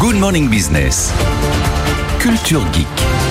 Good Morning Business. Culture Geek.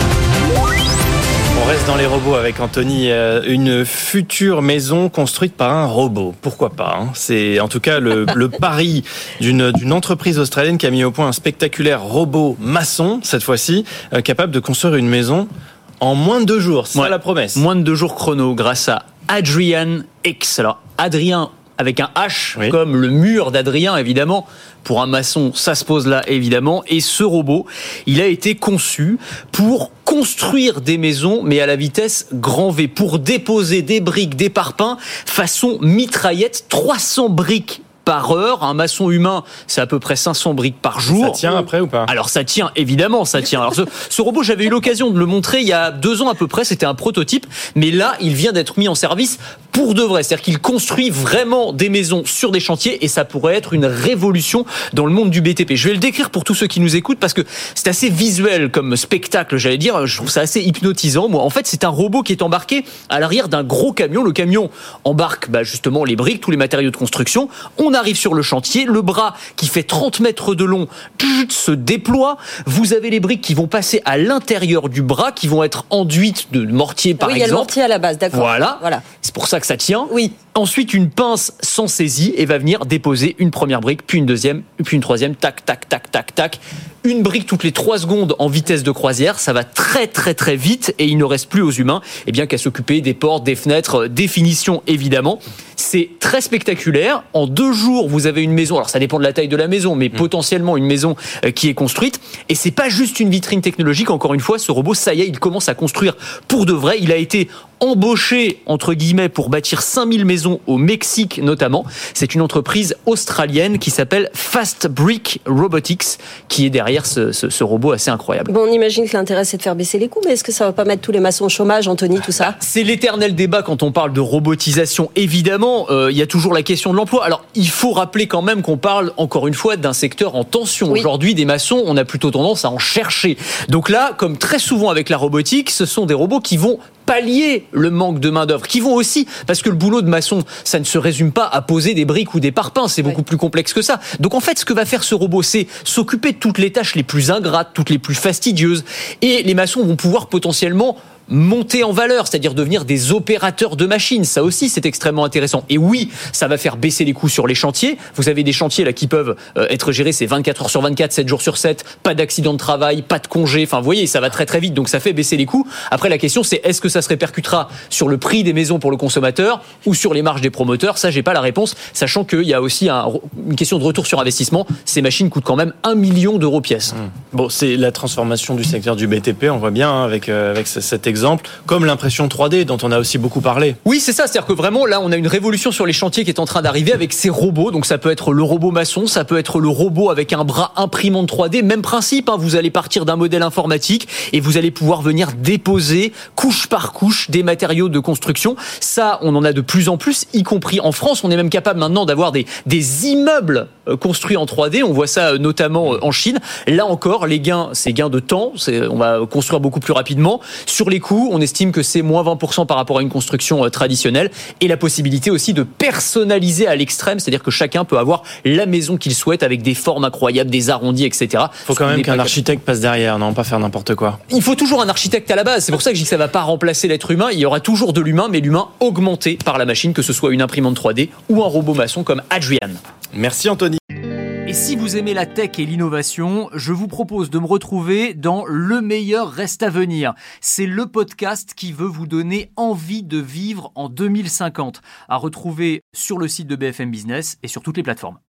On reste dans les robots avec Anthony. Une future maison construite par un robot. Pourquoi pas, hein. C'est en tout cas le pari d'une entreprise australienne qui a mis au point un spectaculaire robot maçon, cette fois-ci, capable de construire une maison en moins de 2 jours. C'est ça la promesse. Moins de 2 jours chrono grâce à Adrian X. Alors, Adrien avec un H, oui, comme le mur d'Adrien, évidemment. Pour un maçon, ça se pose là, évidemment. Et ce robot, il a été conçu pour construire des maisons, mais à la vitesse grand V, pour déposer des briques, des parpaings, façon mitraillette, 300 briques par heure. Un maçon humain, c'est à peu près 500 briques par jour. Ça tient après ou pas ? Alors ça tient, évidemment, ça tient. Alors ce robot, j'avais eu l'occasion de le montrer il y a 2 ans à peu près, c'était un prototype, mais là, il vient d'être mis en service pour de vrai. C'est-à-dire qu'il construit vraiment des maisons sur des chantiers et ça pourrait être une révolution dans le monde du BTP. Je vais le décrire pour tous ceux qui nous écoutent parce que c'est assez visuel comme spectacle, j'allais dire. Je trouve ça assez hypnotisant. Moi, en fait, c'est un robot qui est embarqué à l'arrière d'un gros camion. Le camion embarque justement les briques, tous les matériaux de construction. On arrive sur le chantier, le bras qui fait 30 mètres de long se déploie. Vous avez les briques qui vont passer à l'intérieur du bras, qui vont être enduites de mortier par exemple. Oui, il y a le mortier à la base, d'accord. Voilà. C'est pour ça que ça tient. Oui. Ensuite, une pince sans saisie et va venir déposer une première brique, puis une deuxième, puis une troisième, tac, tac, tac, tac, tac. Une brique toutes les 3 secondes en vitesse de croisière, ça va très très très vite et il ne reste plus aux humains qu'à s'occuper des portes, des fenêtres, des finitions évidemment. C'est très spectaculaire. En 2 jours, vous avez une maison. Alors ça dépend de la taille de la maison, mais potentiellement une maison qui est construite. Et c'est pas juste une vitrine technologique. Encore une fois, ce robot, ça y est, il commence à construire pour de vrai. Il a été embauché, entre guillemets, pour bâtir 5000 maisons au Mexique notamment. C'est une entreprise australienne qui s'appelle Fast Brick Robotics qui est derrière ce robot assez incroyable. Bon, on imagine que l'intérêt c'est de faire baisser les coûts, mais est-ce que ça va pas mettre tous les maçons au chômage, Anthony, tout ça ? C'est l'éternel débat quand on parle de robotisation. Évidemment, il y a toujours la question de l'emploi. Alors, il faut rappeler quand même qu'on parle, encore une fois, d'un secteur en tension. Oui. Aujourd'hui, des maçons, on a plutôt tendance à en chercher. Donc là, comme très souvent avec la robotique, ce sont des robots qui vont pallier le manque de main-d'œuvre, qui vont aussi, parce que le boulot de maçon, ça ne se résume pas à poser des briques ou des parpaings, c'est beaucoup plus complexe que ça. Donc en fait, ce que va faire ce robot, c'est s'occuper de toutes les tâches les plus ingrates, toutes les plus fastidieuses, et les maçons vont pouvoir potentiellement monter en valeur, c'est-à-dire devenir des opérateurs de machines. Ça aussi, c'est extrêmement intéressant. Et oui, ça va faire baisser les coûts sur les chantiers. Vous avez des chantiers là qui peuvent être gérés, c'est 24 heures sur 24, 7 jours sur 7, pas d'accident de travail, pas de congé. Enfin, vous voyez, ça va très très vite, donc ça fait baisser les coûts. Après, la question, c'est est-ce que ça se répercutera sur le prix des maisons pour le consommateur ou sur les marges des promoteurs ? Ça, j'ai pas la réponse, sachant qu'il y a aussi une question de retour sur investissement. Ces machines coûtent quand même 1 million d'euros pièce. Bon, c'est la transformation du secteur du BTP, on voit bien avec cet exemple, comme l'impression 3D dont on a aussi beaucoup parlé. Oui, c'est ça, c'est-à-dire que vraiment là on a une révolution sur les chantiers qui est en train d'arriver avec ces robots. Donc ça peut être le robot maçon, ça peut être le robot avec un bras imprimante 3D, même principe, hein, vous allez partir d'un modèle informatique et vous allez pouvoir venir déposer couche par couche des matériaux de construction. Ça, on en a de plus en plus, y compris en France. On est même capable maintenant d'avoir des immeubles construits en 3D, on voit ça notamment en Chine. Là encore, les gains, c'est gain de temps, on va construire beaucoup plus rapidement. Sur les coûts, on estime que c'est moins 20% par rapport à une construction traditionnelle et la possibilité aussi de personnaliser à l'extrême, c'est-à-dire que chacun peut avoir la maison qu'il souhaite avec des formes incroyables, des arrondis, etc. Il faut quand même qu'un architecte passe derrière, non, pas faire n'importe quoi. Il faut toujours un architecte à la base, c'est pour ça que je dis que ça va pas remplacer l'être humain, il y aura toujours de l'humain, mais l'humain augmenté par la machine, que ce soit une imprimante 3D ou un robot maçon comme Adrian. Merci Anthony. Et si vous aimez la tech et l'innovation, je vous propose de me retrouver dans Le meilleur reste à venir. C'est le podcast qui veut vous donner envie de vivre en 2050, à retrouver sur le site de BFM Business et sur toutes les plateformes.